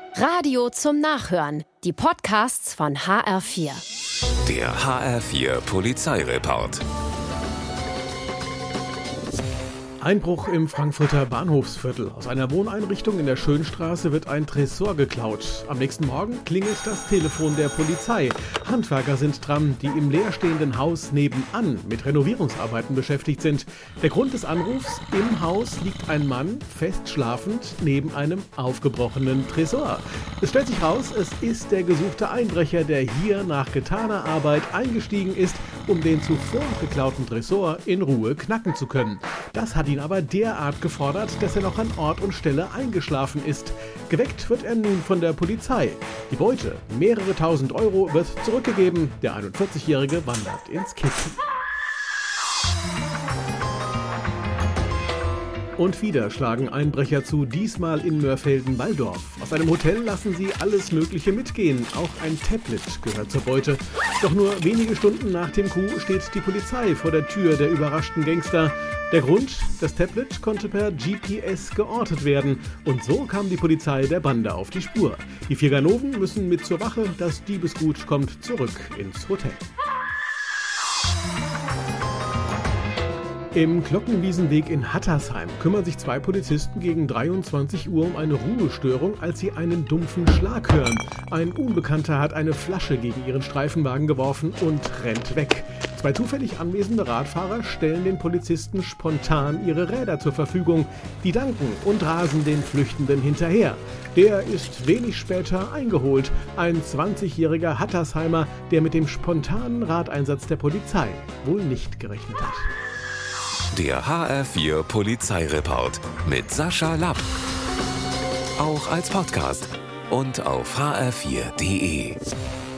Radio zum Nachhören. Die Podcasts von HR4. Der HR4 Polizeireport. Einbruch im Frankfurter Bahnhofsviertel. Aus einer Wohneinrichtung in der Schönstraße wird ein Tresor geklaut. Am nächsten Morgen klingelt das Telefon der Polizei. Handwerker sind dran, die im leerstehenden Haus nebenan mit Renovierungsarbeiten beschäftigt sind. Der Grund des Anrufs: im Haus liegt ein Mann fest schlafend neben einem aufgebrochenen Tresor. Es stellt sich raus, es ist der gesuchte Einbrecher, der hier nach getaner Arbeit eingestiegen ist, um den zuvor geklauten Tresor in Ruhe knacken zu können. Das hat ihn aber derart gefordert, dass er noch an Ort und Stelle eingeschlafen ist. Geweckt wird er nun von der Polizei. Die Beute, mehrere tausend Euro, wird zurückgegeben. Der 41-Jährige wandert ins Kissen. Und wieder schlagen Einbrecher zu, diesmal in Mörfelden-Walldorf. Aus einem Hotel lassen sie alles Mögliche mitgehen. Auch ein Tablet gehört zur Beute. Doch nur wenige Stunden nach dem Coup steht die Polizei vor der Tür der überraschten Gangster. Der Grund: das Tablet konnte per GPS geortet werden. Und so kam die Polizei der Bande auf die Spur. Die 4 Ganoven müssen mit zur Wache. Das Diebesgut kommt zurück ins Hotel. Im Glockenwiesenweg in Hattersheim kümmern sich 2 Polizisten gegen 23 Uhr um eine Ruhestörung, als sie einen dumpfen Schlag hören. Ein Unbekannter hat eine Flasche gegen ihren Streifenwagen geworfen und rennt weg. 2 zufällig anwesende Radfahrer stellen den Polizisten spontan ihre Räder zur Verfügung. Die danken und rasen den Flüchtenden hinterher. Der ist wenig später eingeholt. Ein 20-jähriger Hattersheimer, der mit dem spontanen Radeinsatz der Polizei wohl nicht gerechnet hat. Der HR4 Polizeireport mit Sascha Lapp. Auch als Podcast und auf hr4.de.